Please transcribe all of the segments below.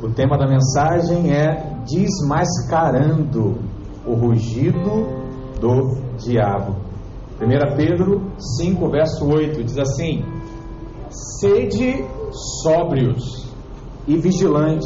O tema da mensagem é desmascarando o rugido do diabo. 1 Pedro 5, verso 8 diz assim: sede sóbrios e vigilantes.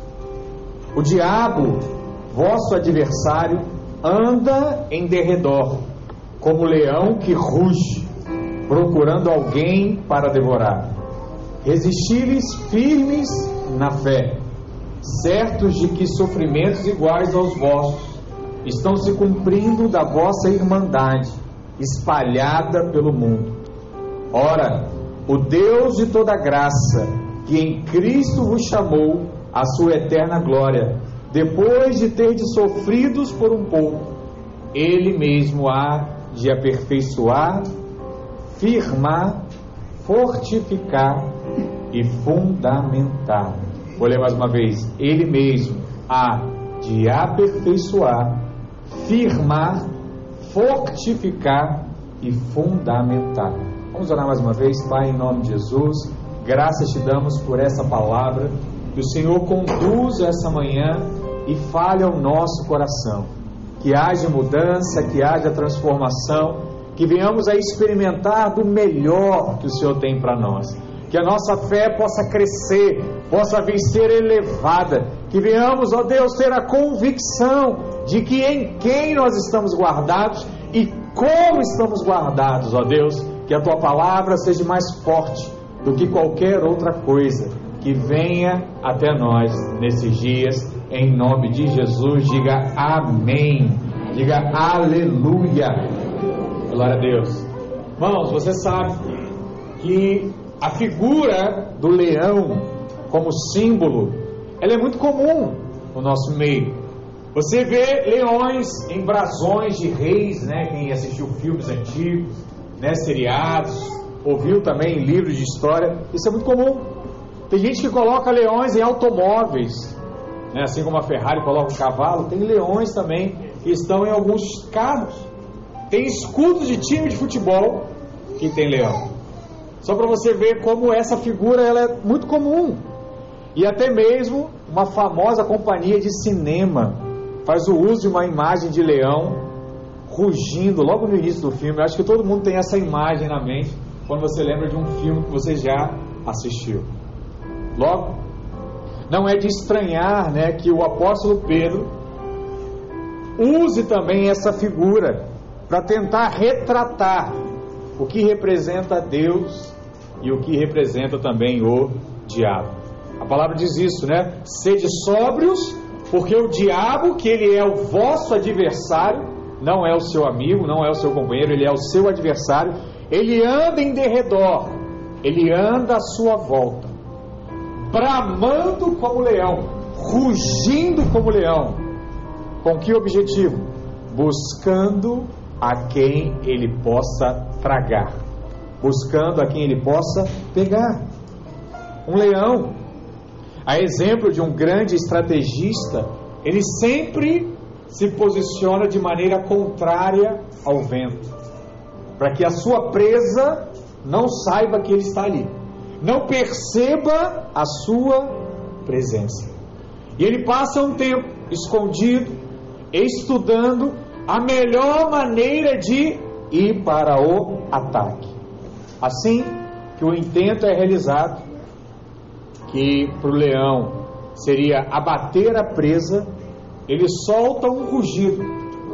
O diabo, vosso adversário, anda em derredor, como leão que ruge, procurando alguém para devorar. Resisti-lhes firmes na fé, certos de que sofrimentos iguais aos vossos estão se cumprindo da vossa irmandade, espalhada pelo mundo. Ora, o Deus de toda graça, que em Cristo vos chamou à sua eterna glória, depois de terdes sofridos por um pouco, Ele mesmo há de aperfeiçoar, firmar, fortificar e fundamentar. Vou ler mais uma vez. Ele mesmo há de aperfeiçoar, firmar, fortificar e fundamentar. Vamos orar mais uma vez. Pai, em nome de Jesus, graças te damos por essa palavra. Que o Senhor conduza essa manhã e fale ao nosso coração. Que haja mudança, que haja transformação, que venhamos a experimentar do melhor que o Senhor tem para nós. Que a nossa fé possa crescer, possa vir ser elevada. Que venhamos, ó Deus, ter a convicção de que em quem nós estamos guardados e como estamos guardados, ó Deus. Que a Tua palavra seja mais forte do que qualquer outra coisa. Que venha até nós nesses dias, em nome de Jesus. Diga amém, diga aleluia, glória a Deus. Irmãos, você sabe que a figura do leão como símbolo, ela é muito comum no nosso meio. Você vê leões em brasões de reis, né? Quem assistiu filmes antigos, né? Seriados, ouviu também livros de história, isso é muito comum. Tem gente que coloca leões em automóveis, né? Assim como a Ferrari coloca um cavalo, tem leões também que estão em alguns carros. Tem escudos de time de futebol que tem leão. Só para você ver como essa figura ela é muito comum. E até mesmo uma famosa companhia de cinema faz o uso de uma imagem de leão rugindo logo no início do filme. Eu acho que todo mundo tem essa imagem na mente quando você lembra de um filme que você já assistiu. Logo, não é de estranhar, né, que o apóstolo Pedro use também essa figura para tentar retratar o que representa Deus e o que representa também o diabo. A palavra diz isso, né? Sede sóbrios, porque o diabo, que ele é o vosso adversário, não é o seu amigo, não é o seu companheiro, ele é o seu adversário. Ele anda em derredor, ele anda à sua volta, bramando como leão, rugindo como leão. Com que objetivo? Buscando a quem ele possa tragar, buscando a quem ele possa pegar. Um leão, a exemplo de um grande estrategista, ele sempre se posiciona de maneira contrária ao vento, para que a sua presa não saiba que ele está ali, não perceba a sua presença. E ele passa um tempo escondido, estudando a melhor maneira de ir para o ataque. Assim que o intento é realizado, que para o leão seria abater a presa, ele solta um rugido.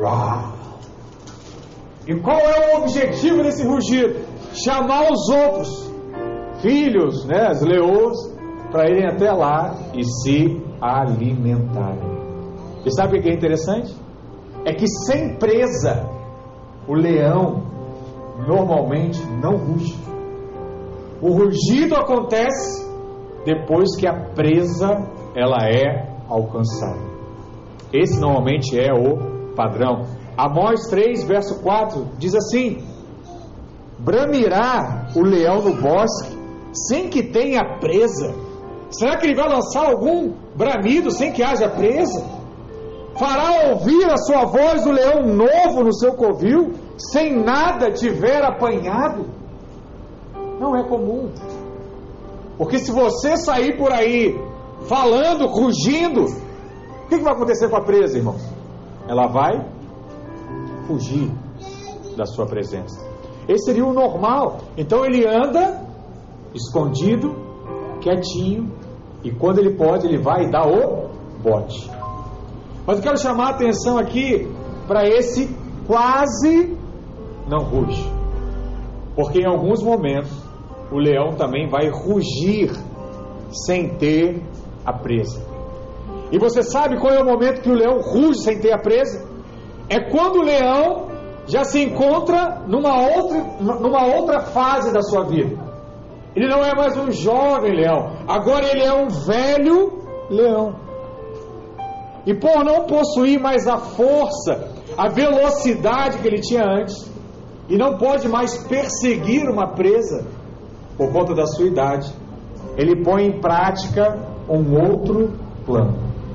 E qual é o objetivo desse rugido? Chamar os outros filhos, né, as leões, para irem até lá e se alimentarem. E sabe o que é interessante? É que sem presa, o leão normalmente não ruge. O rugido acontece depois que a presa ela é alcançada. Esse normalmente é o padrão. Amós 3, verso 4 diz assim: bramirá o leão no bosque sem que tenha presa? Será que ele vai lançar algum bramido sem que haja presa? Fará ouvir a sua voz o leão novo no seu covil, sem nada tiver apanhado? Não é comum. Porque se você sair por aí falando, rugindo. O que vai acontecer com a presa, irmãos? Ela vai fugir da sua presença. Esse seria o normal. Então ele anda escondido, quietinho, e quando ele pode, ele vai e dá o bote. Mas eu quero chamar a atenção aqui para esse quase não ruge, porque em alguns momentos o leão também vai rugir sem ter a presa. E você sabe qual é o momento que o leão ruge sem ter a presa? É quando o leão já se encontra numa outra fase da sua vida. Ele não é mais um jovem leão, agora ele é um velho leão. E por não possuir mais a força, a velocidade que ele tinha antes, e não pode mais perseguir uma presa por conta da sua idade, ele põe em prática um outro plano.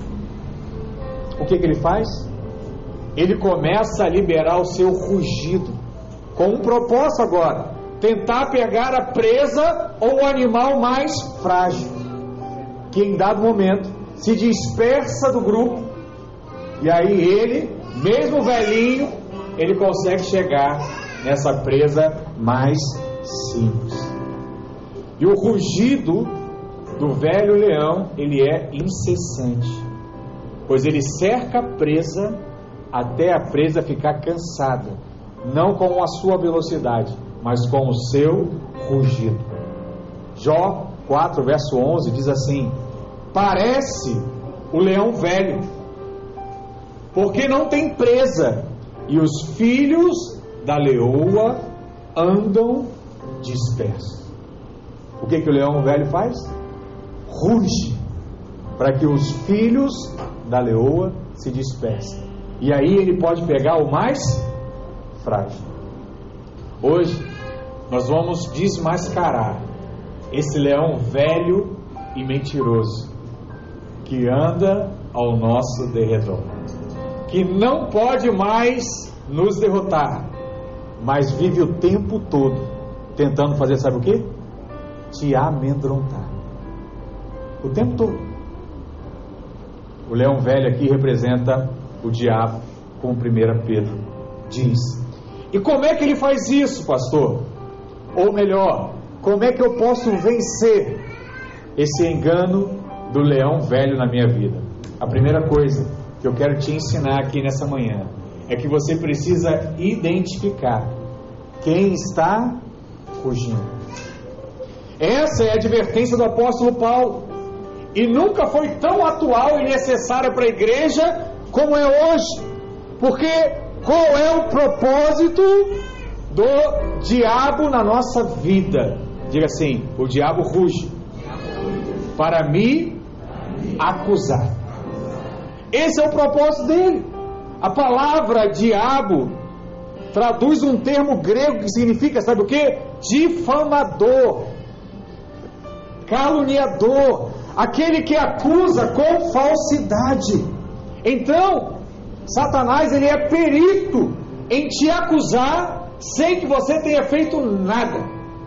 O que ele faz? Ele começa a liberar o seu rugido, com um propósito agora: tentar pegar a presa ou o animal mais frágil, que em dado momento se dispersa do grupo, e aí ele, mesmo velhinho, ele consegue chegar nessa presa mais simples. E o rugido do velho leão, ele é incessante, pois ele cerca a presa até a presa ficar cansada, não com a sua velocidade, mas com o seu rugido. Jó 4, verso 11 diz assim: parece o leão velho, porque não tem presa, e os filhos da leoa andam dispersos. O que o leão velho faz? Ruge, para que os filhos da leoa se dispersem. E aí ele pode pegar o mais frágil. Hoje nós vamos desmascarar esse leão velho e mentiroso que anda ao nosso derredor, que não pode mais nos derrotar, mas vive o tempo todo tentando fazer, sabe o que? Te amedrontar. O tempo todo. O leão velho aqui representa o diabo, como 1 Pedro diz. E como é que ele faz isso, pastor? Ou melhor, como é que eu posso vencer esse engano do leão velho na minha vida? A primeira coisa que eu quero te ensinar aqui nessa manhã é que você precisa identificar quem está fugindo. Essa é a advertência do apóstolo Paulo, e nunca foi tão atual e necessária para a igreja como é hoje. Porque qual é o propósito do diabo na nossa vida? Diga assim: o diabo ruge para me acusar. Esse é o propósito dele. A palavra diabo traduz um termo grego que significa, sabe o que? Difamador, caluniador, aquele que acusa com falsidade. Então, Satanás, ele é perito em te acusar sem que você tenha feito nada,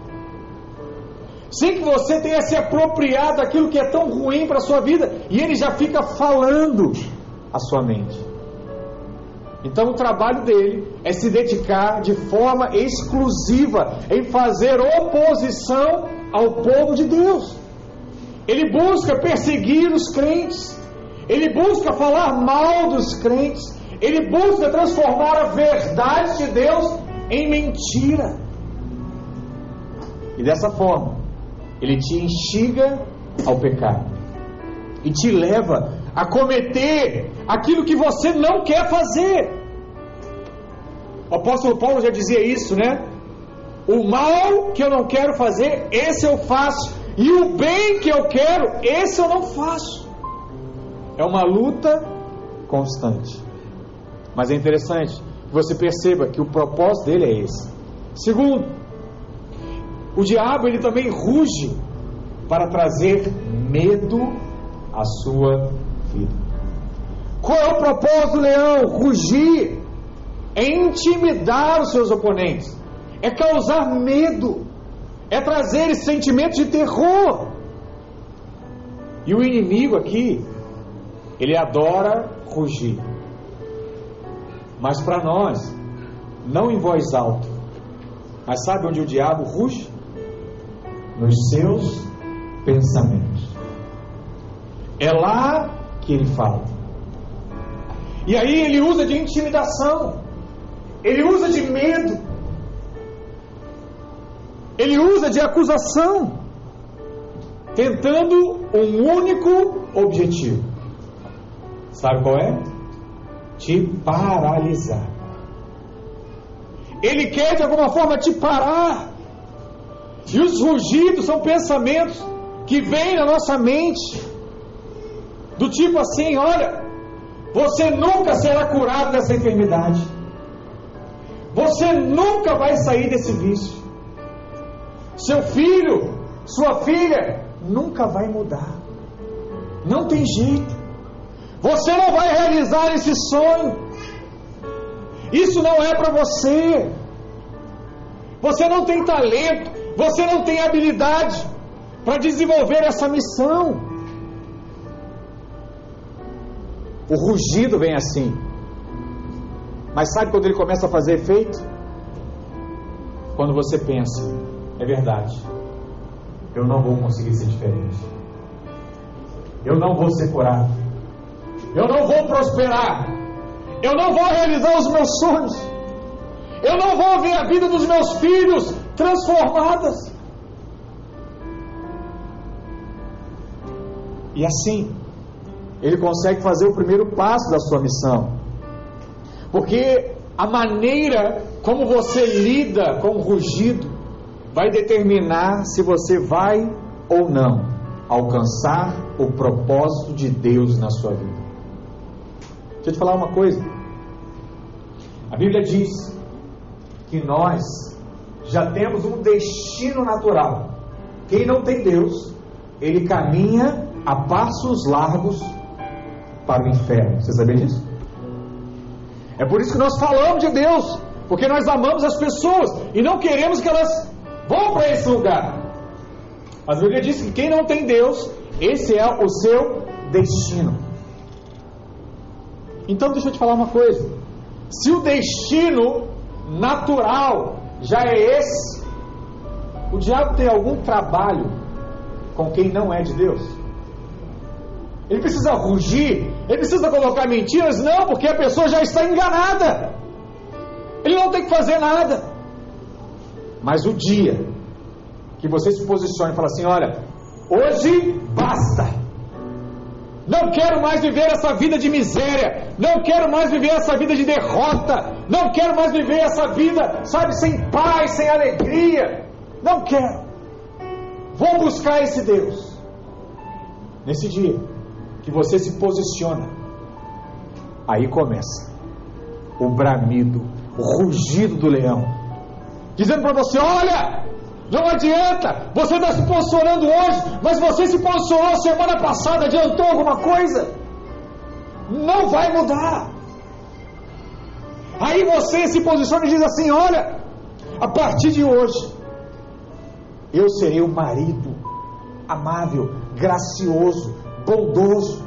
sem que você tenha se apropriado daquilo que é tão ruim para a sua vida, e ele já fica falando a sua mente. Então o trabalho dele é se dedicar de forma exclusiva em fazer oposição ao povo de Deus. Ele busca perseguir os crentes, ele busca falar mal dos crentes, ele busca transformar a verdade de Deus em mentira. E dessa forma ele te instiga ao pecado e te leva a cometer aquilo que você não quer fazer. O apóstolo Paulo já dizia isso, né? O mal que eu não quero fazer, esse eu faço, e o bem que eu quero, esse eu não faço. É uma luta constante. Mas é interessante que você perceba que o propósito dele é esse. Segundo, o diabo, ele também ruge para trazer medo à sua vida. Qual é o propósito do leão? Rugir é intimidar os seus oponentes, é causar medo, é trazer esse sentimento de terror. E o inimigo aqui, ele adora rugir. Mas para nós, não em voz alta. Mas sabe onde o diabo ruge? Nos seus pensamentos. É lá que ele fala. E aí ele usa de intimidação. Ele usa de medo. Ele usa de acusação. Tentando um único objetivo. Sabe qual é? Te paralisar. Ele quer de alguma forma te parar. E os rugidos são pensamentos que vêm na nossa mente. Do tipo assim, olha, você nunca será curado dessa enfermidade. Você nunca vai sair desse vício. Seu filho, sua filha, nunca vai mudar. Não tem jeito. Você não vai realizar esse sonho. Isso não é para você. Você não tem talento. Você não tem habilidade para desenvolver essa missão. O rugido vem assim. Mas sabe quando ele começa a fazer efeito? Quando você pensa, é verdade, eu não vou conseguir ser diferente. Eu não vou ser curado. Eu não vou prosperar. Eu não vou realizar os meus sonhos. Eu não vou ver a vida dos meus filhos transformadas. E assim, ele consegue fazer o primeiro passo da sua missão. Porque a maneira como você lida com o rugido vai determinar se você vai ou não alcançar o propósito de Deus na sua vida. Deixa eu te falar uma coisa. A Bíblia diz que nós já temos um destino natural. Quem não tem Deus, ele caminha a passos largos para o inferno. Você sabia disso? É por isso que nós falamos de Deus, porque nós amamos as pessoas e não queremos que elas vão para esse lugar. A Bíblia diz que quem não tem Deus, esse é o seu destino. Então deixa eu te falar uma coisa. Se o destino natural já é esse, o diabo tem algum trabalho com quem não é de Deus? Ele precisa rugir? Ele precisa colocar mentiras? Não, porque a pessoa já está enganada. Ele não tem que fazer nada. Mas o dia que você se posicione e fala assim, olha, hoje basta. Não quero mais viver essa vida de miséria. Não quero mais viver essa vida de derrota. Não quero mais viver essa vida, sabe, sem paz, sem alegria. Não quero. Vou buscar esse Deus. Nesse dia que você se posiciona, aí começa o bramido, o rugido do leão, dizendo para você, olha, não adianta, você está se posicionando hoje, mas você se posicionou semana passada, adiantou alguma coisa? Não vai mudar. Aí você se posiciona e diz assim, olha, a partir de hoje eu serei um marido amável, gracioso, bondoso.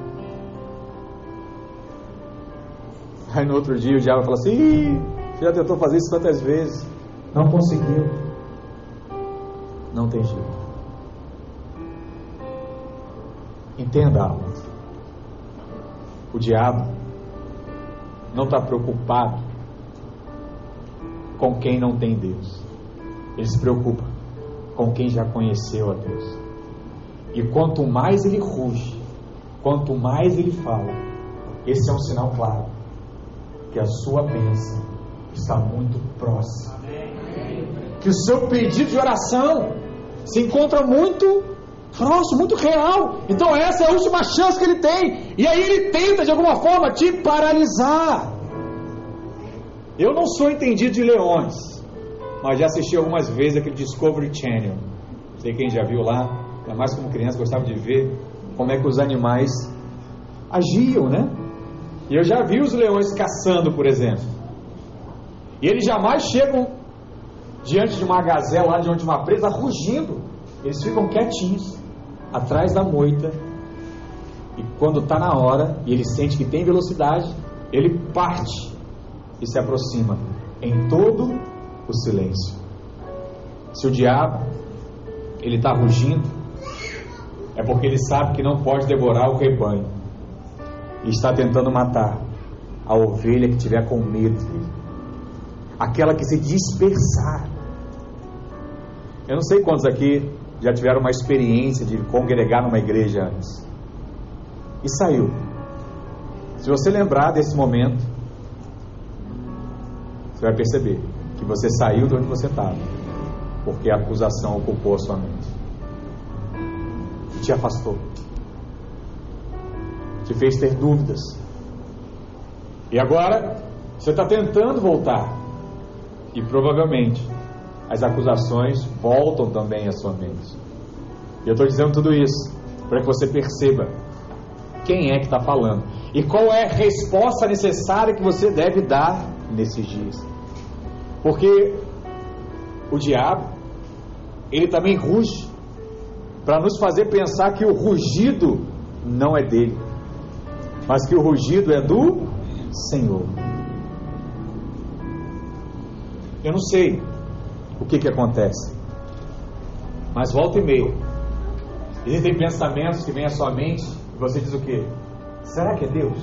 Aí no outro dia o diabo fala assim, você já tentou fazer isso tantas vezes, não conseguiu. Não tem jeito. Entenda algo. O diabo não está preocupado com quem não tem Deus. Ele se preocupa com quem já conheceu a Deus. E quanto mais ele ruge, quanto mais ele fala, esse é um sinal claro que a sua bênção está muito próxima. Que o seu pedido de oração se encontra muito próximo, muito real. Então essa é a última chance que ele tem. E aí ele tenta de alguma forma te paralisar. Eu não sou entendido de leões, mas já assisti algumas vezes aquele Discovery Channel. Não sei quem já viu lá, ainda mais como criança gostava de ver como é que os animais agiam, né? E eu já vi os leões caçando, por exemplo. E eles jamais chegam diante de uma gazela, lá diante de uma presa, rugindo. Eles ficam quietinhos, atrás da moita, E quando está na hora, e ele sente que tem velocidade, ele parte e se aproxima em todo o silêncio. Se o diabo, ele está rugindo, é porque ele sabe que não pode devorar o rebanho, e está tentando matar a ovelha que tiver com medo dele, aquela que se dispersar. Eu não sei quantos aqui já tiveram uma experiência de congregar numa igreja antes e saiu. Se você lembrar desse momento, você vai perceber que você saiu de onde você estava, porque a acusação ocupou a sua mente e te afastou, te fez ter dúvidas, e agora você está tentando voltar, e provavelmente as acusações voltam também à sua mente. E eu estou dizendo tudo isso para que você perceba quem é que está falando e qual é a resposta necessária que você deve dar nesses dias. Porque o diabo, ele também ruge para nos fazer pensar que o rugido não é dele, mas que o rugido é do Senhor. Eu não sei o que acontece, mas volta e meia existem pensamentos que vêm à sua mente e você diz o quê? Será que é Deus?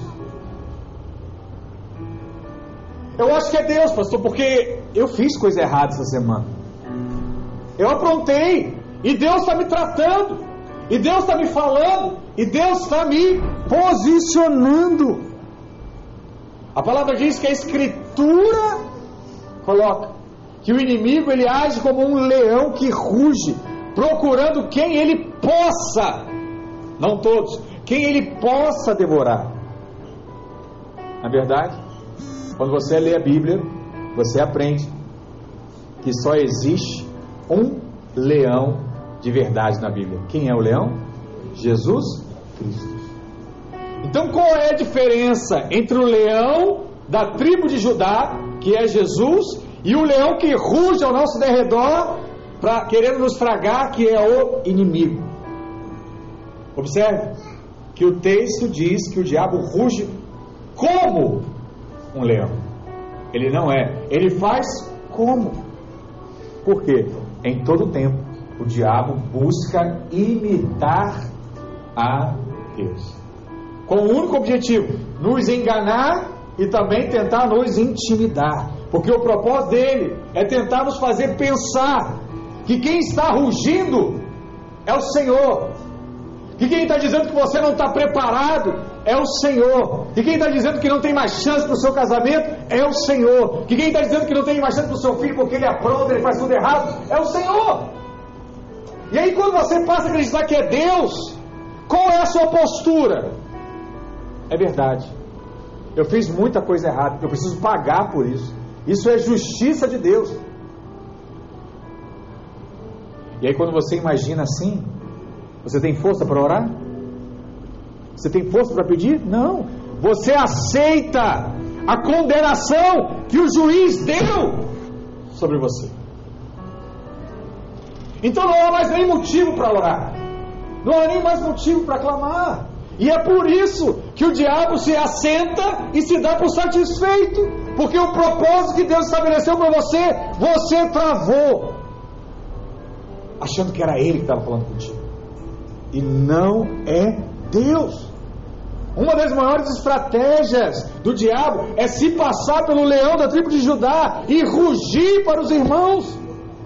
Eu acho que é Deus, pastor, porque eu fiz coisa errada essa semana, eu aprontei, e Deus está me tratando, e Deus está me falando, e Deus está me posicionando. A palavra diz que a Escritura coloca que o inimigo, ele age como um leão que ruge, procurando quem ele possa, não todos, quem ele possa devorar. Na verdade, quando você lê a Bíblia, você aprende que só existe um leão de verdade na Bíblia. Quem é o leão? Jesus Cristo. Então qual é a diferença entre o leão da tribo de Judá, que é Jesus, e o leão que ruge ao nosso derredor, querendo nos tragar, que é o inimigo? Observe que o texto diz que o diabo ruge como um leão. Ele não é, ele faz como? Por quê? Em todo tempo o diabo busca imitar a Deus, com o único objetivo: nos enganar e também tentar nos intimidar, porque o propósito dele é tentar nos fazer pensar que quem está rugindo é o Senhor, que quem está dizendo que você não está preparado é o Senhor, que quem está dizendo que não tem mais chance para o seu casamento é o Senhor, que quem está dizendo que não tem mais chance para o seu filho porque ele apronta, ele faz tudo errado, é o Senhor. E aí quando você passa a acreditar que é Deus, qual é a sua postura? É verdade, eu fiz muita coisa errada, eu preciso pagar por isso, isso é justiça de Deus. E aí quando você imagina assim, você tem força para orar? Você tem força para pedir? Não. Você aceita a condenação que o juiz deu sobre você. Então não há mais nem motivo para orar, não há nem mais motivo para clamar. E é por isso que o diabo se assenta e se dá por satisfeito, porque o propósito que Deus estabeleceu para você, você travou, achando que era Ele que estava falando contigo, e não é Deus. Uma das maiores estratégias do diabo é se passar pelo leão da tribo de Judá e rugir para os irmãos.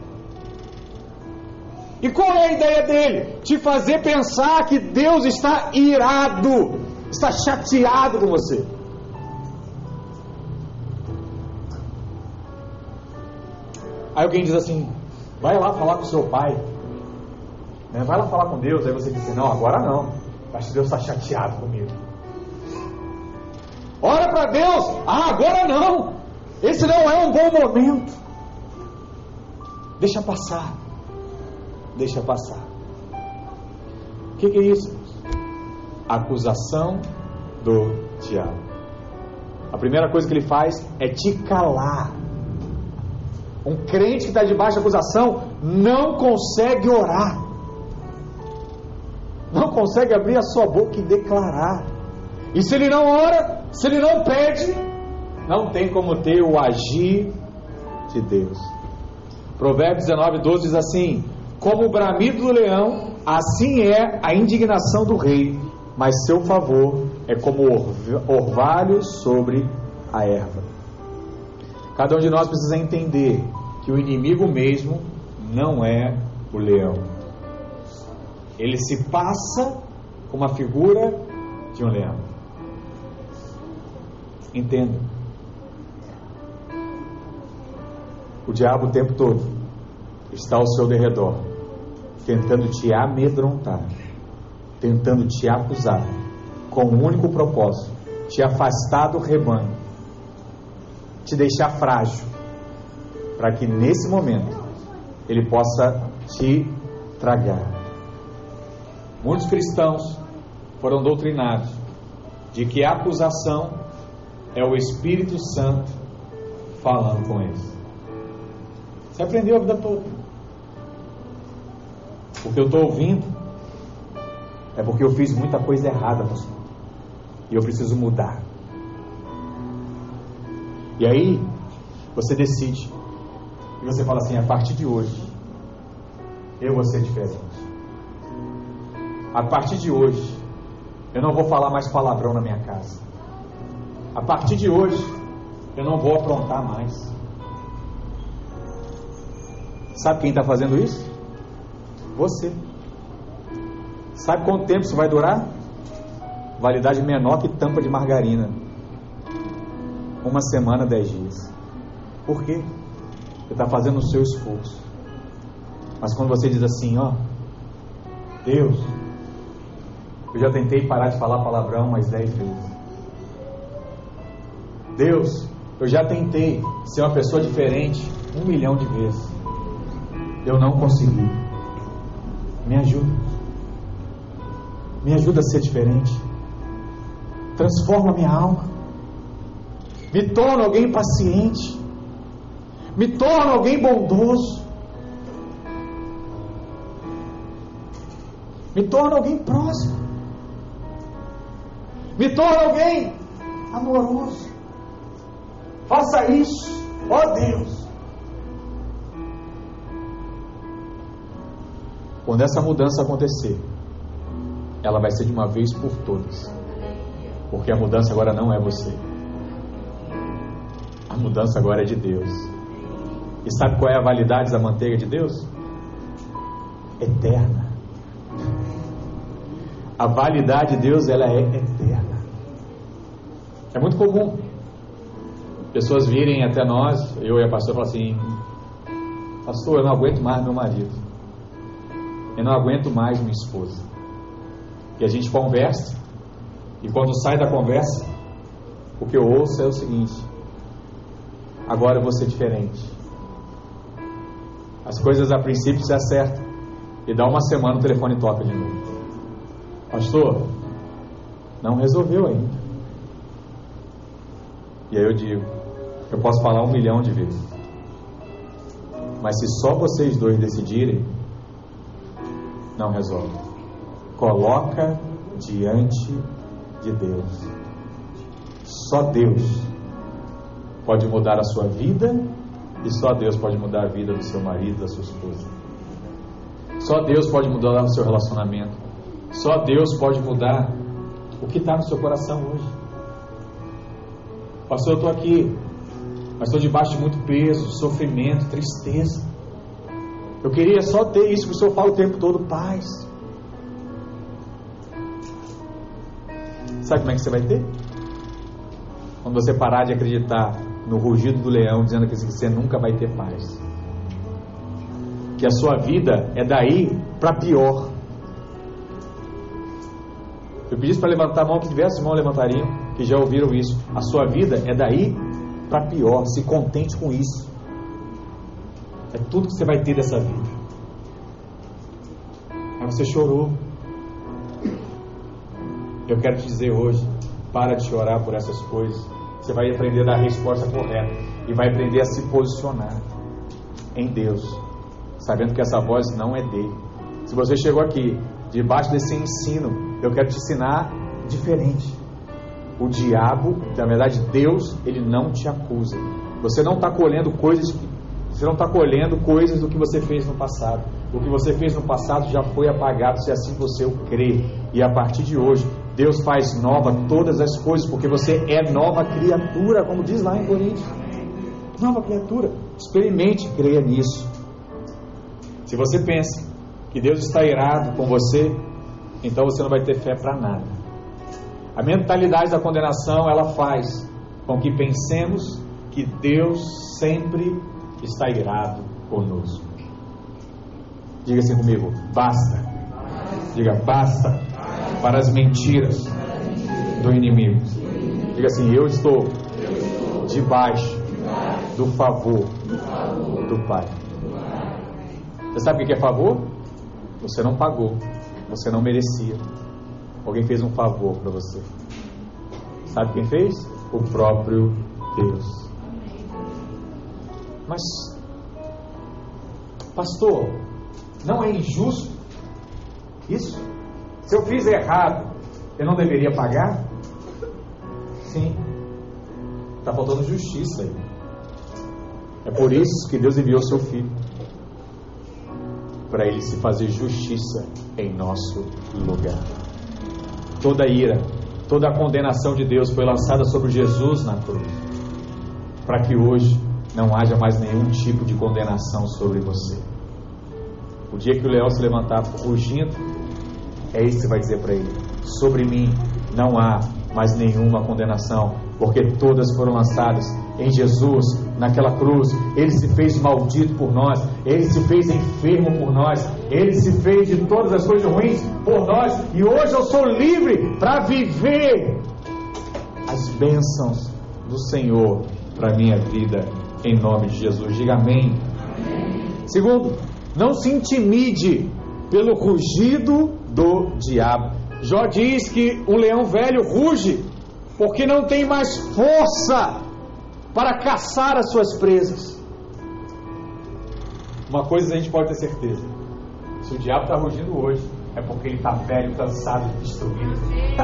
E qual é a ideia dele? Te fazer pensar que Deus está irado, está chateado com você. Aí alguém diz assim: vai lá falar com o seu pai, vai lá falar com Deus. Aí você diz assim: não, agora não, acho que Deus está chateado comigo. Ora para Deus: agora não, esse não é um bom momento, deixa passar. Deixa passar. O que é isso? Acusação do diabo. A primeira coisa que ele faz é te calar. Um crente que está debaixo de acusação não consegue orar, não consegue abrir a sua boca e declarar. E se ele não ora, se ele não pede, não tem como ter o agir de Deus. Provérbios 19:12 diz assim: como o bramido do leão, assim é a indignação do rei, mas seu favor é como orvalho sobre a erva. Cada um de nós precisa entender que o inimigo mesmo não é o leão. Ele se passa como a figura de um leão. Entenda. O diabo o tempo todo está ao seu derredor, tentando te amedrontar, tentando te acusar, com o único propósito: te afastar do rebanho, te deixar frágil, para que nesse momento ele possa te tragar. Muitos cristãos foram doutrinados de que a acusação é o Espírito Santo falando com eles. Você aprendeu a vida toda. O que eu estou ouvindo é porque eu fiz muita coisa errada, pastor, e eu preciso mudar. E aí você decide e você fala assim: a partir de hoje eu vou ser diferente. A partir de hoje eu não vou falar mais palavrão na minha casa. A partir de hoje eu não vou aprontar mais. Sabe quem está fazendo isso? Você. Sabe quanto tempo isso vai durar? Validade menor que tampa de margarina. 1 semana, 10 dias. Por quê? Você está fazendo o seu esforço. Mas quando você diz assim: ó, Deus, eu já tentei parar de falar palavrão mais 10 vezes. Deus, eu já tentei ser uma pessoa diferente 1 milhão de vezes. Eu não consegui. Me ajuda. Me ajuda a ser diferente. Transforma minha alma. Me torna alguém paciente. Me torna alguém bondoso. Me torna alguém próximo. Me torna alguém amoroso. Faça isso, ó Deus. Quando essa mudança acontecer, ela vai ser de uma vez por todas. Porque a mudança agora não é você. A mudança agora é de Deus. E sabe qual é a validade da manteiga de Deus? Eterna. A validade de Deus, ela é eterna. É muito comum pessoas virem até nós, eu e a pastora, e falam assim: pastor, eu não aguento mais meu marido, eu não aguento mais minha esposa. E a gente conversa, e quando sai da conversa, o que eu ouço é o seguinte: agora eu vou ser diferente. As coisas a princípio se acertam, e dá 1 semana o telefone toca de novo. Pastor, não resolveu ainda. E aí eu digo: eu posso falar 1 milhão de vezes, mas se só vocês dois decidirem, não resolve. Coloca diante de Deus. Só Deus pode mudar a sua vida, e só Deus pode mudar a vida do seu marido, da sua esposa. Só Deus pode mudar o seu relacionamento. Só Deus pode mudar o que está no seu coração hoje. Pastor, eu estou aqui, mas estou debaixo de muito peso, sofrimento, tristeza. Eu queria só ter isso que o Senhor fala o tempo todo: paz. Sabe como é que você vai ter? Quando você parar de acreditar no rugido do leão, dizendo que você nunca vai ter paz. Que a sua vida é daí para pior. Eu pedisse para levantar a mão, que diversos irmãos levantariam, que já ouviram isso. A sua vida é daí para pior. Se contente com isso. É tudo que você vai ter dessa vida. Mas você chorou. Eu quero te dizer hoje: para de chorar por essas coisas. Você vai aprender a dar a resposta correta, e vai aprender a se posicionar em Deus, sabendo que essa voz não é dele. Se você chegou aqui debaixo desse ensino, eu quero te ensinar diferente. O diabo, na verdade Deus, ele não te acusa. Você não está colhendo coisas do que você fez no passado. O que você fez no passado já foi apagado, se assim você o crê. E a partir de hoje, Deus faz nova todas as coisas, porque você é nova criatura, como diz lá em Coríntios. Nova criatura. Experimente crer nisso. Se você pensa que Deus está irado com você, então você não vai ter fé para nada. A mentalidade da condenação, ela faz com que pensemos que Deus sempre está irado conosco. Diga assim comigo: basta. Diga: basta para as mentiras do inimigo. Diga assim: eu estou debaixo do favor do Pai. Você sabe o que é favor? Você não pagou, você não merecia. Alguém fez um favor para você. Sabe quem fez? O próprio Deus. Mas, pastor, não é injusto isso? Se eu fiz errado, eu não deveria pagar? Sim. Está faltando justiça aí. É por isso que Deus enviou seu Filho, para Ele se fazer justiça em nosso lugar. Toda ira, toda a condenação de Deus foi lançada sobre Jesus na cruz, para que hoje não haja mais nenhum tipo de condenação sobre você. O dia que o leão se levantar rugindo, é isso que você vai dizer para ele: sobre mim não há mais nenhuma condenação, porque todas foram lançadas em Jesus, naquela cruz. Ele se fez maldito por nós, Ele se fez enfermo por nós, Ele se fez de todas as coisas ruins por nós, e hoje eu sou livre para viver as bênçãos do Senhor para a minha vida, em nome de Jesus. Diga amém. Segundo, não se intimide pelo rugido do diabo. Jó diz que o leão velho ruge porque não tem mais força para caçar as suas presas. Uma coisa a gente pode ter certeza: se o diabo está rugindo hoje, é porque ele está velho, cansado de destruir.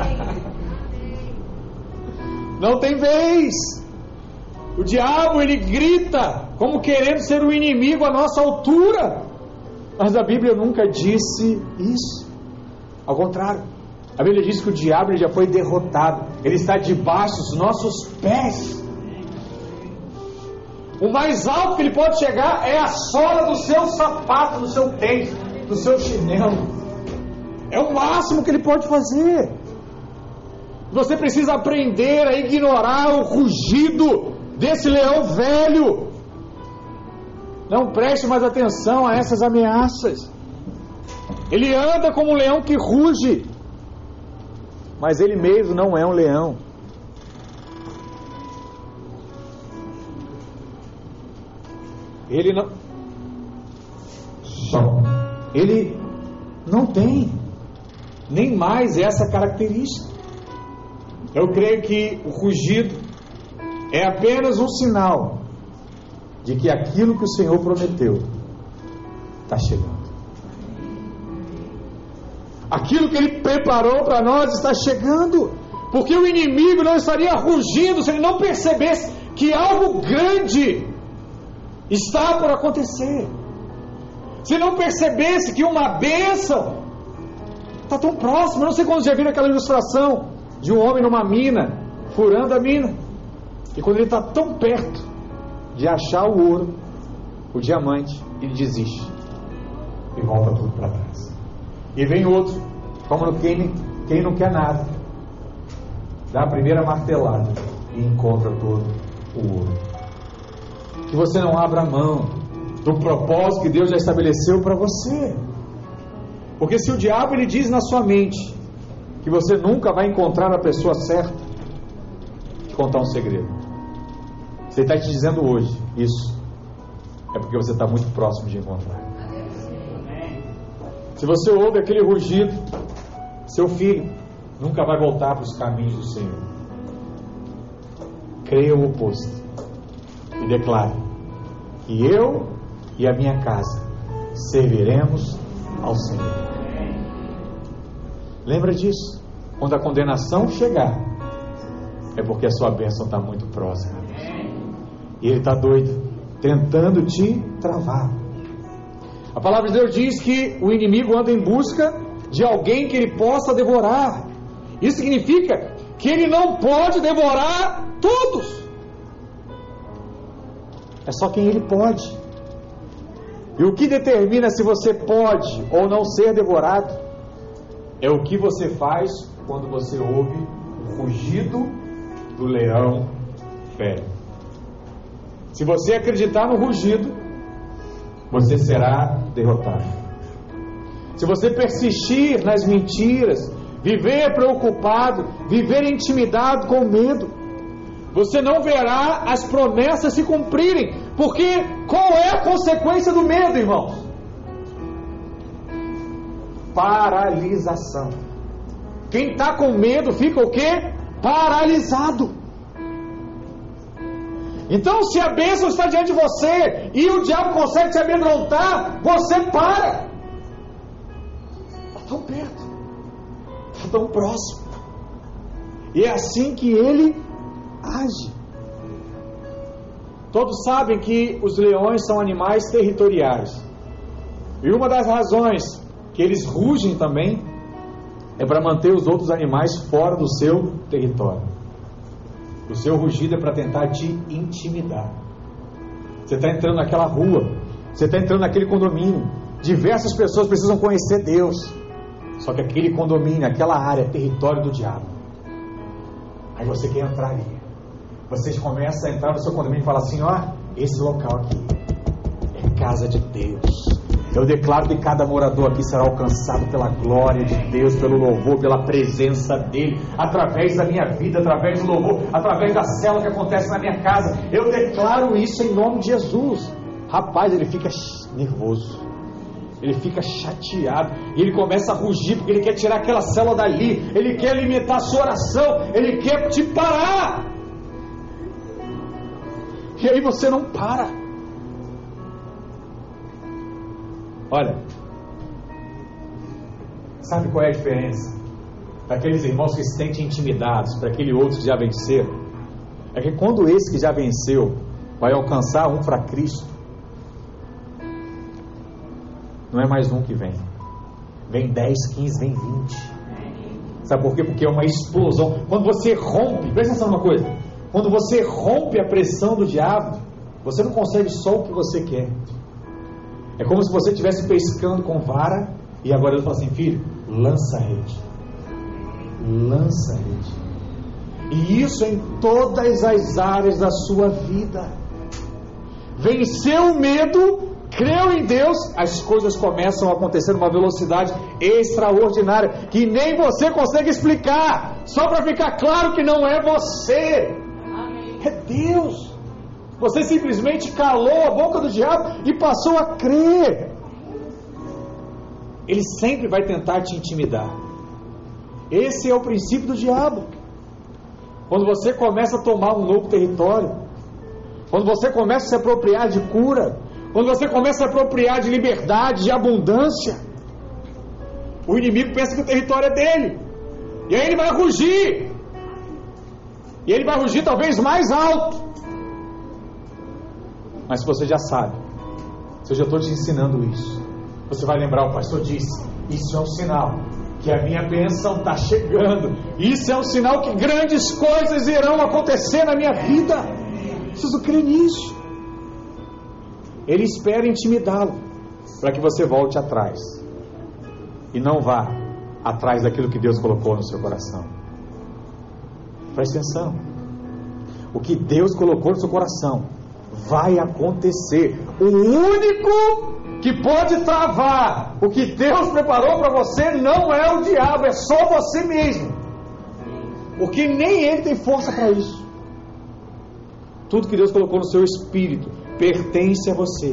Não tem vez. O diabo, ele grita como querendo ser o inimigo à nossa altura, mas a Bíblia nunca disse isso. Ao contrário, a Bíblia diz que o diabo, ele já foi derrotado, ele está debaixo dos nossos pés. O mais alto que ele pode chegar é a sola do seu sapato, do seu tênis, do seu chinelo. É o máximo que ele pode fazer. Você precisa aprender a ignorar o rugido desse leão velho. Não preste mais atenção a essas ameaças. Ele anda como um leão que ruge, mas ele mesmo não é um leão. Ele não tem nem mais essa característica. Eu creio que o rugido é apenas um sinal de que aquilo que o Senhor prometeu está chegando. Aquilo que Ele preparou para nós está chegando, porque o inimigo não estaria rugindo se ele não percebesse que algo grande está por acontecer. Se não percebesse que uma bênção está tão próxima. Eu não sei quando já viram aquela ilustração de um homem numa mina, furando a mina, e quando ele está tão perto de achar o ouro, o diamante, ele desiste e volta tudo para trás. E vem outro, como quem não quer nada, dá a primeira martelada e encontra todo o ouro. Que você não abra mão do propósito que Deus já estabeleceu para você. Porque se o diabo ele diz na sua mente que você nunca vai encontrar a pessoa certa, vou te contar um segredo. Se ele está te dizendo hoje isso, é porque você está muito próximo de encontrar. Se você ouve aquele rugido, seu filho nunca vai voltar para os caminhos do Senhor. Creia o oposto e declare que eu e a minha casa serviremos ao Senhor. Lembra disso. Quando a condenação chegar, é porque a sua bênção está muito próxima. E ele está doido, tentando te travar. A palavra de Deus diz que o inimigo anda em busca de alguém que ele possa devorar. Isso significa que ele não pode devorar todos. É só quem ele pode. E o que determina se você pode ou não ser devorado é o que você faz quando você ouve o rugido do leão férreo. Se você acreditar no rugido, você será derrotado. Se você persistir nas mentiras, viver preocupado, viver intimidado com medo, você não verá as promessas se cumprirem. Porque qual é a consequência do medo, irmãos? Paralisação. Quem está com medo fica o quê? Paralisado. Então, se a bênção está diante de você e o diabo consegue te amedrontar, você para. Está tão perto, está tão próximo. E é assim que ele age. Todos sabem que os leões são animais territoriais. E uma das razões que eles rugem também é para manter os outros animais fora do seu território. O seu rugido é para tentar te intimidar. Você está entrando naquela rua, você está entrando naquele condomínio. Diversas pessoas precisam conhecer Deus. Só que aquele condomínio, aquela área é território do diabo. Aí você quer entrar ali. Você começa a entrar no seu condomínio e fala assim: ó, esse local aqui é casa de Deus. Eu declaro que cada morador aqui será alcançado pela glória de Deus, pelo louvor, pela presença dele, através da minha vida, através do louvor, através da célula que acontece na minha casa. Eu declaro isso em nome de Jesus. Rapaz, ele fica nervoso, ele fica chateado, e ele começa a rugir, porque ele quer tirar aquela célula dali, ele quer alimentar a sua oração, ele quer te parar. E aí você não para. Olha, sabe qual é a diferença daqueles irmãos que se sentem intimidados para aquele outro que já venceram? É que quando esse que já venceu vai alcançar um para Cristo, não é mais um que vem, vem 10, 15, vem 20. Sabe por quê? Porque é uma explosão. Quando você rompe, presta atenção numa coisa, quando você rompe a pressão do diabo, você não consegue só o que você quer. É como se você estivesse pescando com vara e agora ele fala assim: filho, lança a rede. Lança a rede. E isso em todas as áreas da sua vida. Venceu o medo, creu em Deus, as coisas começam a acontecer numa velocidade extraordinária que nem você consegue explicar. Só para ficar claro que não é você, é Deus. Você simplesmente calou a boca do diabo e passou a crer. Ele sempre vai tentar te intimidar. Esse é o princípio do diabo. Quando você começa a tomar um novo território, quando você começa a se apropriar de cura, quando você começa a se apropriar de liberdade, de abundância, o inimigo pensa que o território é dele. E aí ele vai rugir. E ele vai rugir talvez mais alto. Mas se você já sabe, se eu já estou te ensinando isso, você vai lembrar: o pastor disse, isso é um sinal que a minha bênção está chegando. Isso é um sinal que grandes coisas irão acontecer na minha vida. Preciso crer nisso. Ele espera intimidá-lo para que você volte atrás e não vá atrás daquilo que Deus colocou no seu coração. Preste atenção. O que Deus colocou no seu coração vai acontecer. O único que pode travar o que Deus preparou para você não é o diabo, é só você mesmo, porque nem ele tem força para isso. Tudo que Deus colocou no seu espírito pertence a você.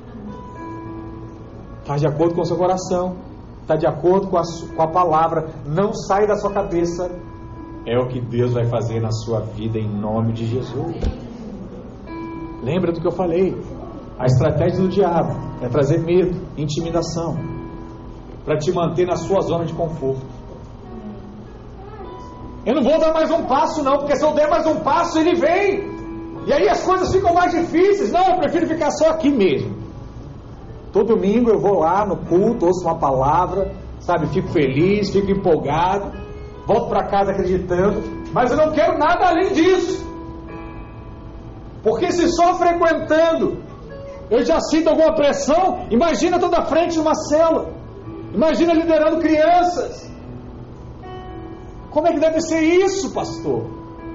Está de acordo com o seu coração, está de acordo com a palavra, não sai da sua cabeça. É o que Deus vai fazer na sua vida em nome de Jesus. Lembra do que eu falei? A estratégia do diabo é trazer medo, intimidação, para te manter na sua zona de conforto. Eu não vou dar mais um passo não, porque se eu der mais um passo, ele vem. E aí as coisas ficam mais difíceis. Não, eu prefiro ficar só aqui mesmo. Todo domingo eu vou lá no culto, ouço uma palavra, sabe, fico feliz, fico empolgado, volto para casa acreditando, mas eu não quero nada além disso. Porque se só frequentando eu já sinto alguma pressão, imagina toda a frente de uma célula, imagina liderando crianças. Como é que deve ser isso, pastor?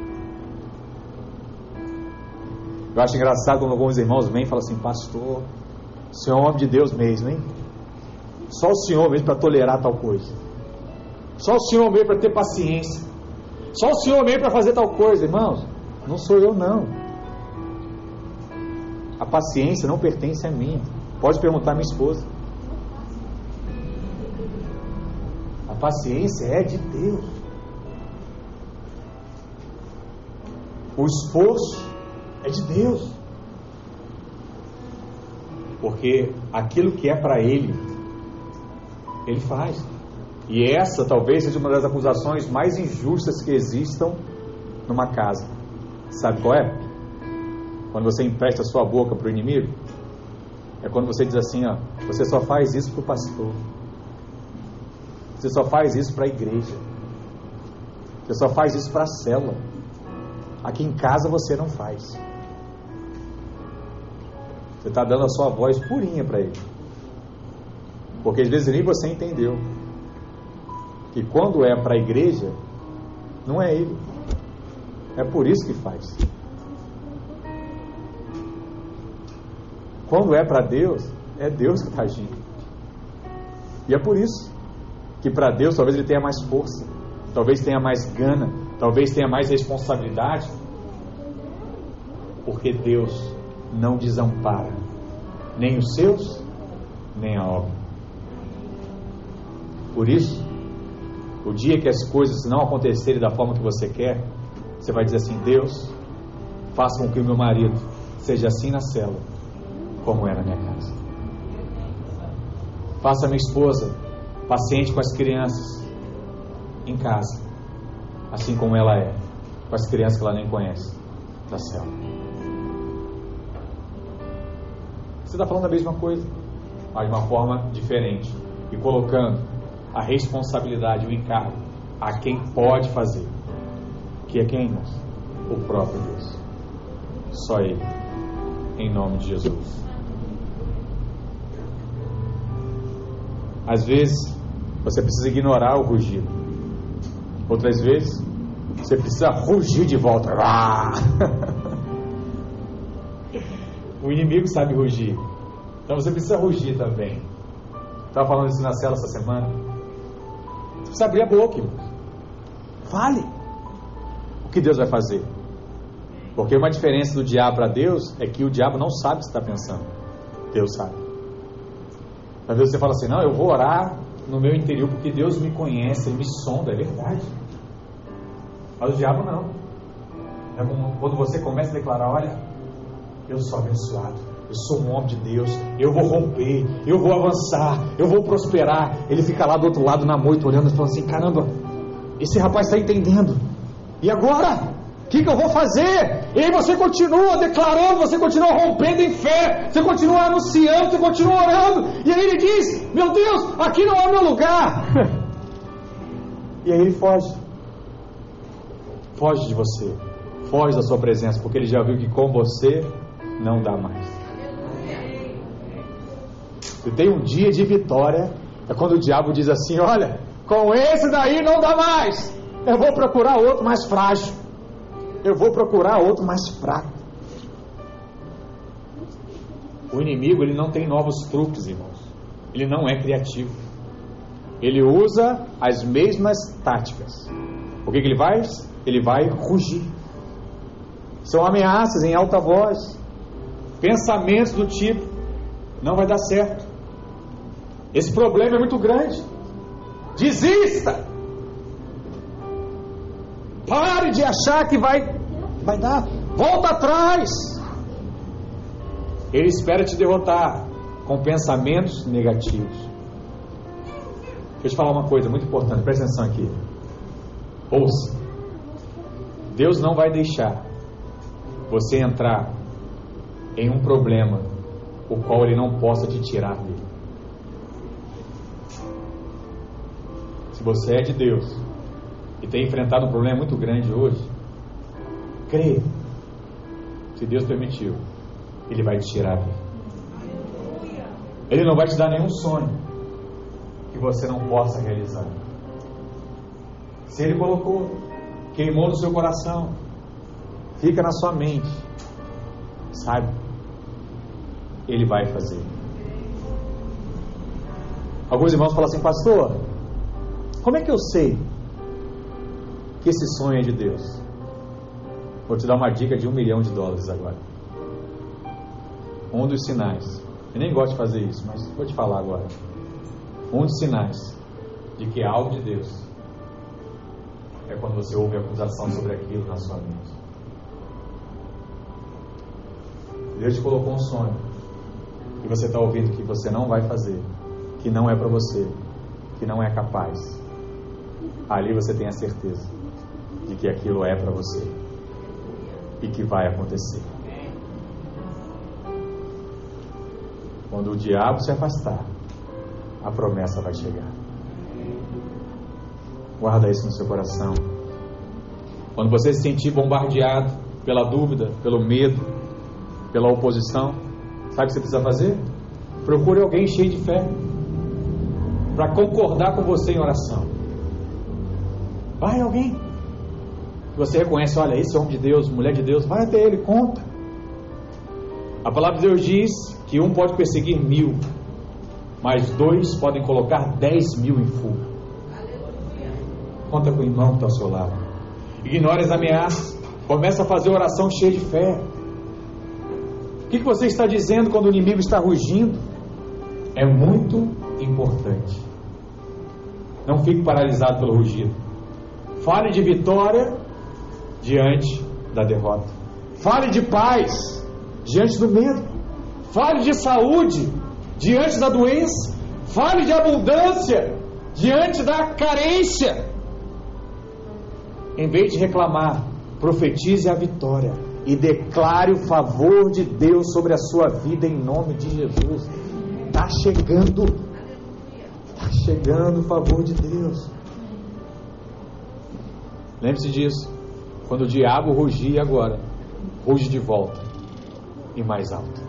Eu acho engraçado quando alguns irmãos vêm e falam assim: pastor, o senhor é um homem de Deus mesmo, hein? Só o senhor mesmo para tolerar tal coisa, só o senhor mesmo para ter paciência, só o senhor mesmo para fazer tal coisa. Irmãos, não sou eu não. A paciência não pertence a mim. Pode perguntar à minha esposa. A paciência é de Deus. O esforço é de Deus. Porque aquilo que é para Ele, Ele faz. E essa talvez seja uma das acusações mais injustas que existam numa casa. Sabe qual é? Quando você empresta a sua boca para o inimigo, é quando você diz assim, ó: você só faz isso para o pastor, você só faz isso para a igreja, você só faz isso para a célula, aqui em casa você não faz. Você está dando a sua voz purinha para ele, porque às vezes nem você entendeu que quando é para a igreja, não é ele, é por isso que faz. Quando é para Deus, é Deus que está agindo. E é por isso que para Deus talvez Ele tenha mais força, talvez tenha mais gana, talvez tenha mais responsabilidade, porque Deus não desampara nem os seus, nem a obra. Por isso, o dia que as coisas não acontecerem da forma que você quer, você vai dizer assim: Deus, faça com que o meu marido seja assim na célula como é na minha casa. Faça a minha esposa paciente com as crianças em casa, assim como ela é com as crianças que ela nem conhece da célula. Você está falando a mesma coisa, mas de uma forma diferente, e colocando a responsabilidade, o encargo a quem pode fazer, que é quem, irmãos? O próprio Deus. Só Ele, em nome de Jesus. Às vezes você precisa ignorar o rugido, outras vezes você precisa rugir de volta. O inimigo sabe rugir, então você precisa rugir também. Estava falando isso na célula essa semana. Você precisa abrir a boca, irmão. Fale o que Deus vai fazer, porque uma diferença do diabo para Deus é que o diabo não sabe o que você está pensando, Deus sabe. Às vezes você fala assim: não, eu vou orar no meu interior porque Deus me conhece, Ele me sonda. É verdade, mas o diabo não. É como quando você começa a declarar: olha, eu sou abençoado, eu sou um homem de Deus, eu vou romper, eu vou avançar, eu vou prosperar. Ele fica lá do outro lado na moita olhando e falando assim: caramba, esse rapaz está entendendo, e agora? O que eu vou fazer? E aí você continua declarando, você continua rompendo em fé, você continua anunciando, você continua orando, e aí ele diz: meu Deus, aqui não é o meu lugar. E aí ele foge de você, foge da sua presença, porque ele já viu que com você não dá mais. Se tem um dia de vitória, é quando o diabo diz assim: olha, com esse daí não dá mais, eu vou procurar outro mais frágil, eu vou procurar outro mais fraco. O inimigo, ele não tem novos truques, irmãos. Ele não é criativo. Ele usa as mesmas táticas. O que ele faz? Ele vai rugir. São ameaças em alta voz, pensamentos do tipo: não vai dar certo, esse problema é muito grande, desista, pare de achar que vai dar, volta atrás. Ele espera te derrotar com pensamentos negativos. Deixa eu te falar uma coisa muito importante, presta atenção aqui, ouça. Deus não vai deixar você entrar em um problema o qual Ele não possa te tirar dele. Se você é de Deus e tem enfrentado um problema muito grande hoje, creia, se Deus permitiu, Ele vai te tirar dele. Ele não vai te dar nenhum sonho que você não possa realizar. Se Ele colocou, queimou no seu coração, fica na sua mente, sabe? Ele vai fazer. Alguns irmãos falam assim: pastor, como é que eu sei que esse sonho é de Deus? Vou te dar uma dica de $1 milhão agora. Um dos sinais, eu nem gosto de fazer isso, mas vou te falar agora. Um dos sinais de que é algo de Deus é quando você ouve a acusação sobre aquilo na sua mente. Deus te colocou um sonho e você está ouvindo que você não vai fazer, que não é para você, que não é capaz. Ali você tem a certeza de que aquilo é para você e que vai acontecer. Quando o diabo se afastar, a promessa vai chegar. Guarda isso no seu coração. Quando você se sentir bombardeado pela dúvida, pelo medo, pela oposição, sabe o que você precisa fazer? Procure alguém cheio de fé para concordar com você em oração. Vai alguém que você reconhece: olha, esse homem de Deus, mulher de Deus, vai até ele, conta. A palavra de Deus diz que um pode perseguir 1000, mas 2 podem colocar 10.000 em fuga. Conta com o irmão que está ao seu lado. Ignore as ameaças. Começa a fazer oração cheia de fé. O que você está dizendo quando o inimigo está rugindo? É muito importante. Não fique paralisado pelo rugido. Fale de vitória diante da derrota. Fale de paz diante do medo. Fale de saúde diante da doença. Fale de abundância diante da carência. Em vez de reclamar, profetize a vitória e declare o favor de Deus sobre a sua vida em nome de Jesus. Está chegando o favor de Deus. Lembre-se disso. Quando o diabo rugir agora, ruge de volta e mais alto.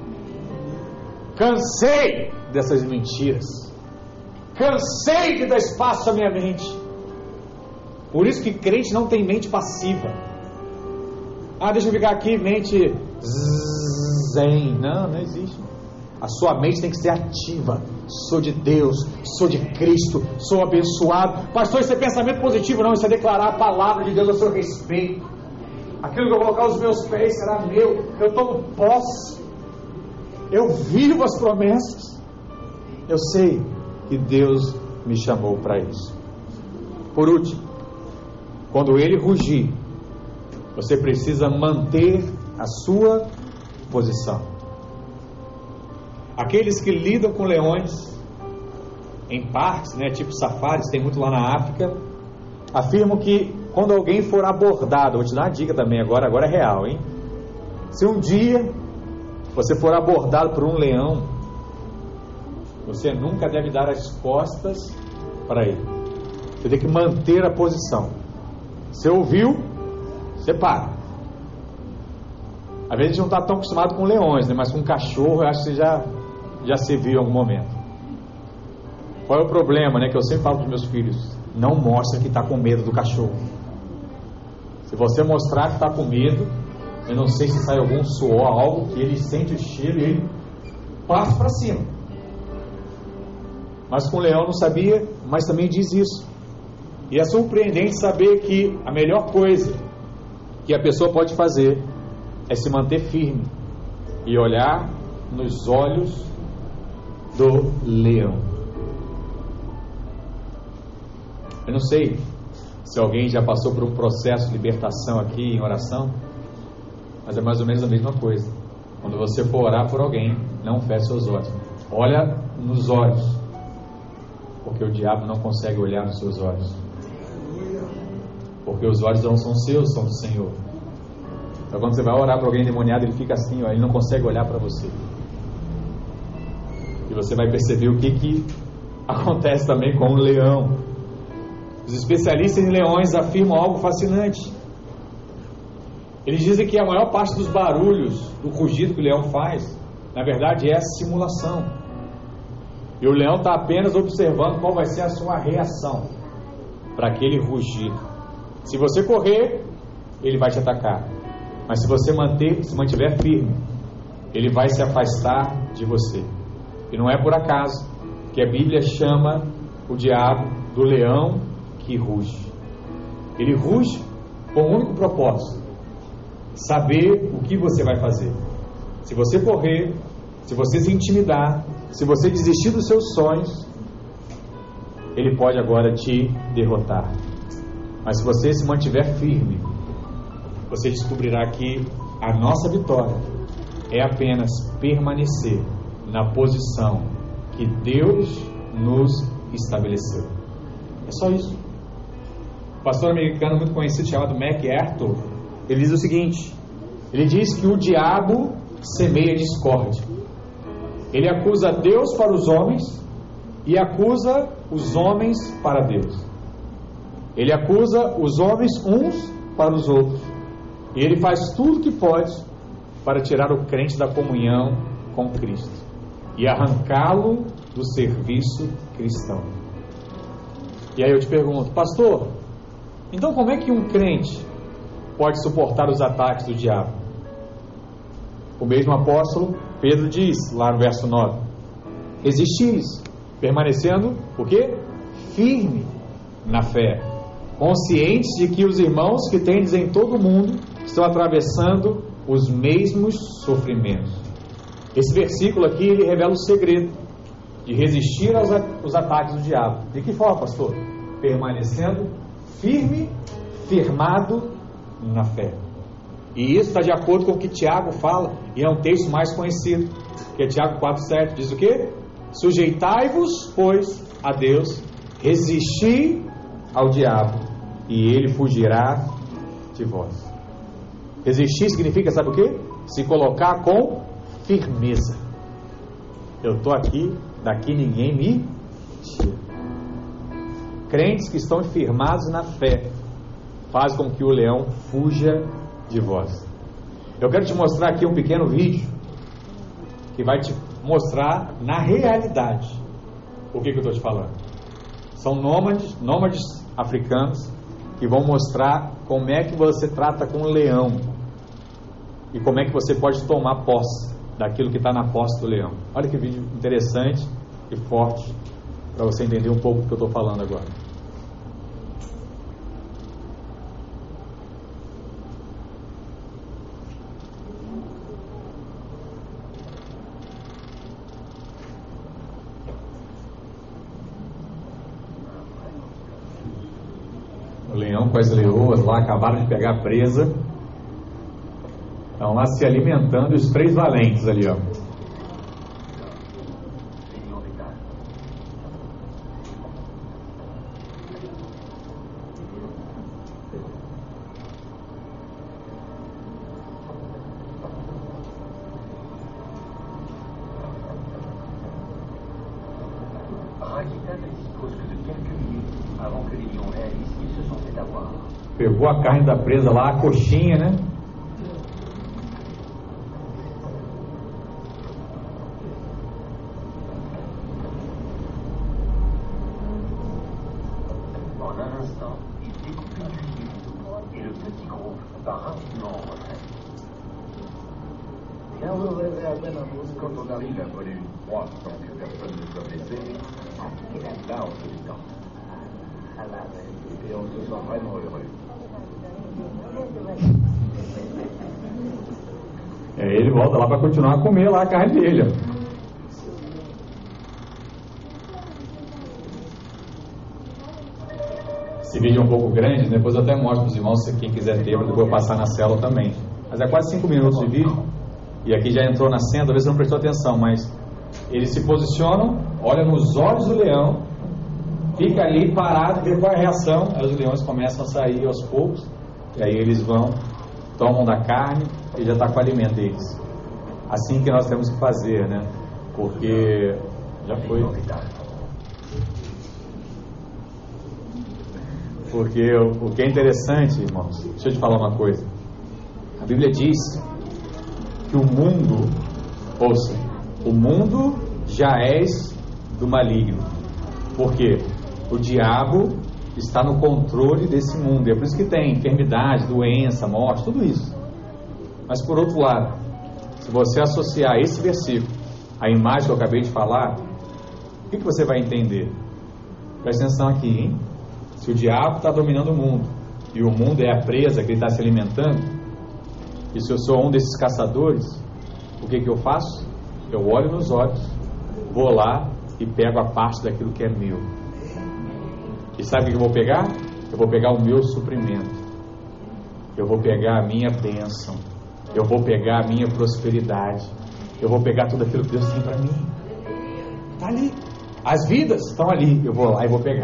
Cansei dessas mentiras. Cansei de dar espaço à minha mente. Por isso que crente não tem mente passiva. Deixa eu ficar aqui, mente zen. Não existe. A sua mente tem que ser ativa. Sou de Deus, sou de Cristo, sou abençoado. Pastor, isso é pensamento positivo? Não, isso é declarar a palavra de Deus a seu respeito. Aquilo que eu colocar os meus pés será meu. Eu tomo posse. Eu vivo as promessas. Eu sei que Deus me chamou para isso. Por último, quando ele rugir, você precisa manter a sua posição. Aqueles que lidam com leões em parques, tipo safaris, tem muito lá na África, afirmam que quando alguém for abordado, vou te dar uma dica também agora é real, hein? Se um dia você for abordado por um leão, você nunca deve dar as costas para ele. Você tem que manter a posição. Você ouviu, você para. Às vezes a gente não está tão acostumado com leões, mas com cachorro eu acho que você já se viu em algum momento. Qual é o problema, que eu sempre falo para os meus filhos? Não mostra que está com medo do cachorro. Se você mostrar que está com medo, eu não sei se sai algum suor, algo que ele sente o cheiro e ele passa para cima. Mas com o leão não sabia, mas também diz isso. E é surpreendente saber que a melhor coisa que a pessoa pode fazer é se manter firme e olhar nos olhos do leão. Eu não sei se alguém já passou por um processo de libertação aqui em oração, mas é mais ou menos a mesma coisa. Quando você for orar por alguém, não feche seus olhos. Olha nos olhos, porque o diabo não consegue olhar nos seus olhos. porque os olhos não são seus, são do Senhor. Então quando você vai orar para alguém endemoniado, ele fica assim, ele não consegue olhar para você. E você vai perceber o que acontece também com o leão. Os especialistas em leões afirmam algo fascinante. Eles dizem que a maior parte dos barulhos, do rugido que o leão faz, na verdade é simulação. E o leão está apenas observando qual vai ser a sua reação para aquele rugido. Se você correr, ele vai te atacar. Mas se você se mantiver firme, ele vai se afastar de você. E não é por acaso que a Bíblia chama o diabo do leão que ruge. Ele ruge com um único propósito: saber o que você vai fazer. Se você correr, se você se intimidar, se você desistir dos seus sonhos, ele pode agora te derrotar. Mas se você se mantiver firme, você descobrirá que a nossa vitória é apenas permanecer na posição que Deus nos estabeleceu. É só isso. Um pastor americano muito conhecido chamado MacArthur, ele diz o seguinte: ele diz que o diabo semeia discórdia. Ele acusa Deus para os homens e acusa os homens para Deus. Ele acusa os homens uns para os outros. E ele faz tudo o que pode para tirar o crente da comunhão com Cristo e arrancá-lo do serviço cristão. E aí eu te pergunto: pastor, então como é que um crente pode suportar os ataques do diabo? O mesmo apóstolo Pedro diz lá no verso 9: resistir-lhes, permanecendo o quê? Firme na fé, conscientes de que os irmãos que tendes em todo o mundo estão atravessando os mesmos sofrimentos. Esse versículo aqui, ele revela o segredo de resistir aos ataques do diabo. De que forma, pastor? Permanecendo firme, firmado na fé. E isso está de acordo com o que Tiago fala, e é um texto mais conhecido, que é Tiago 4,7, diz o quê? Sujeitai-vos, pois, a Deus, resisti ao diabo, e ele fugirá de vós. Resistir significa, sabe o quê? Se colocar com firmeza. Eu estou aqui, daqui ninguém me tira. Crentes que estão firmados na fé faz com que o leão fuja de vós. Eu quero te mostrar aqui um pequeno vídeo que vai te mostrar na realidade o que eu estou te falando. São nômades africanos que vão mostrar como é que você trata com o leão e como é que você pode tomar posse daquilo que está na posse do leão. Olha que vídeo interessante e forte para você entender um pouco do que eu estou falando agora. O leão com as leoas lá acabaram de pegar a presa. Estão lá se alimentando, os três valentes ali, ó. Pegou a carne da presa lá, a coxinha, né? Quand on arrive après une proie sans que personne ne soit blessé, là on se détend. Et on se sent vraiment heureux. Ele volta lá para continuar a comer lá a carne dele, ó. Esse vídeo é um pouco grande, depois eu até mostro para os irmãos, se quem quiser ter, eu vou passar na célula também. Mas é quase 5 minutos de vídeo. E aqui já entrou na cena, talvez você não prestou atenção, mas eles se posicionam, olham nos olhos do leão fica ali parado, vê qual é a reação. Aí os leões começam a sair aos poucos, e aí eles vão, tomam da carne e já está com o alimento deles. Assim que nós temos que fazer, né? Porque já foi. Porque o que é interessante, irmãos, deixa eu te falar uma coisa. A Bíblia diz que o mundo, ouça, o mundo já és do maligno. Por quê? O diabo está no controle desse mundo. É por isso que tem enfermidade, doença, morte, tudo isso. Mas por outro lado, se você associar esse versículo à imagem que eu acabei de falar, o que você vai entender? Presta atenção aqui, hein? Se o diabo está dominando o mundo e o mundo é a presa que ele está se alimentando, e se eu sou um desses caçadores, o que eu faço? Eu olho nos olhos, vou lá e pego a parte daquilo que é meu. E sabe o que eu vou pegar? Eu vou pegar o meu suprimento, eu vou pegar a minha bênção, eu vou pegar a minha prosperidade, eu vou pegar tudo aquilo que Deus tem para mim. Está ali, as vidas estão ali, eu vou lá e vou pegar.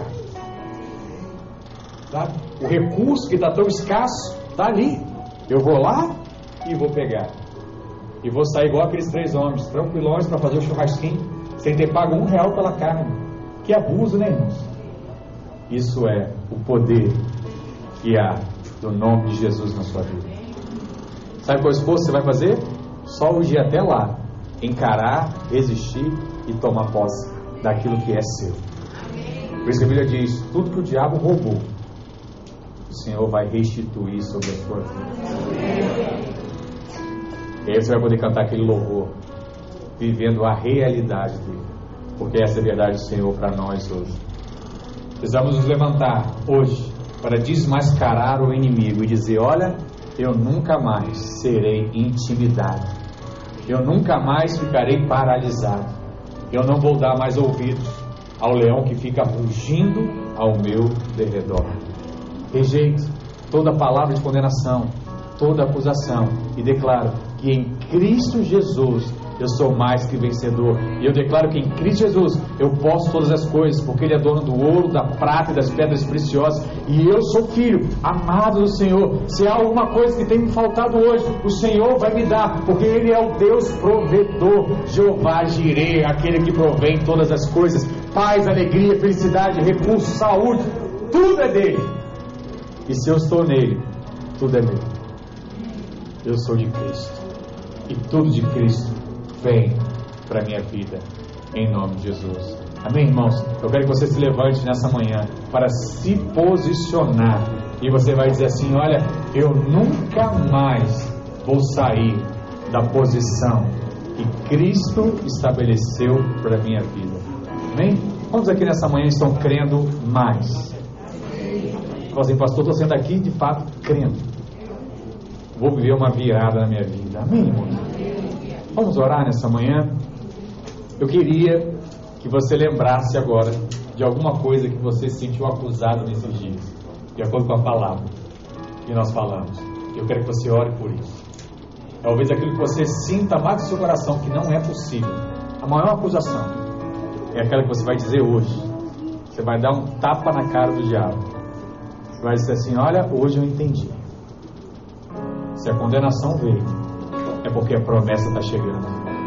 Sabe? O recurso que está tão escasso está ali, eu vou lá e vou pegar. E vou sair igual aqueles 3 homens, tranquilões, para fazer o churrasquinho, sem ter pago R$1 pela carne. Que abuso, né, irmãos? Isso é o poder que há do nome de Jesus na sua vida. Sabe qual esforço você vai fazer? Só hoje ir até lá, encarar, resistir e tomar posse daquilo que é seu. Por isso que a Bíblia diz: tudo que o diabo roubou, o Senhor vai restituir sobre a sua vida. E aí você vai poder cantar aquele louvor, vivendo a realidade dele, porque essa é a verdade do Senhor para nós hoje. Precisamos nos levantar hoje para desmascarar o inimigo e dizer: olha, eu nunca mais serei intimidado, eu nunca mais ficarei paralisado, eu não vou dar mais ouvidos ao leão que fica rugindo ao meu derredor. Rejeito toda palavra de condenação, toda acusação, e declaro que em Cristo Jesus eu sou mais que vencedor. E eu declaro que em Cristo Jesus eu posso todas as coisas, porque Ele é dono do ouro, da prata e das pedras preciosas. E eu sou filho amado do Senhor. Se há alguma coisa que tem me faltado hoje, o Senhor vai me dar, porque Ele é o Deus provedor. Jeová Jireh, aquele que provém todas as coisas. Paz, alegria, felicidade, recurso, saúde, tudo é dele. E se eu estou nele, tudo é meu. Eu sou de Cristo, e tudo de Cristo vem para a minha vida, em nome de Jesus. Amém, irmãos? Eu quero que você se levante nessa manhã para se posicionar, e você vai dizer assim: olha, eu nunca mais vou sair da posição que Cristo estabeleceu para a minha vida. Amém? Quantos aqui nessa manhã estão crendo mais? Fala assim: pastor, estou sendo aqui de fato crendo, vou viver uma virada na minha vida. Amém, irmãos? Vamos orar nessa manhã. Eu queria que você lembrasse agora de alguma coisa que você se sentiu acusado nesses dias, de acordo com a palavra que nós falamos. Eu quero que você ore por isso. Talvez aquilo que você sinta mais do seu coração que não é possível. A maior acusação é aquela que você vai dizer hoje. Você vai dar um tapa na cara do diabo. Você vai dizer assim: olha, hoje eu entendi. Se a condenação veio, é porque a promessa está chegando.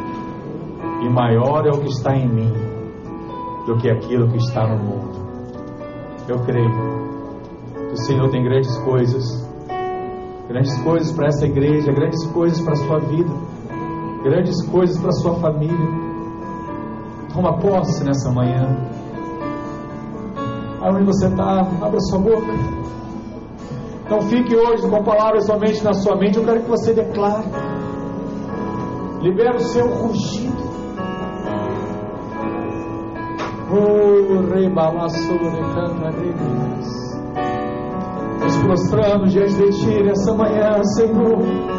E maior é o que está em mim do que aquilo que está no mundo. Eu creio que o Senhor tem grandes coisas para essa igreja, grandes coisas para a sua vida, grandes coisas para a sua família. Toma posse nessa manhã. Aonde você está, abra sua boca. Não fique hoje com palavras somente na sua mente. Eu quero que você declare. Libera o seu rugido. Nos prostramos diante de Ti nessa manhã, Senhor.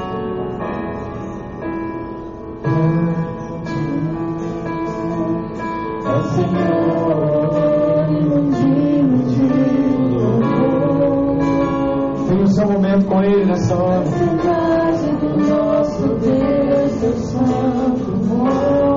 Tenha o seu momento com Ele nessa hora. Do nosso Deus, seu santo amor.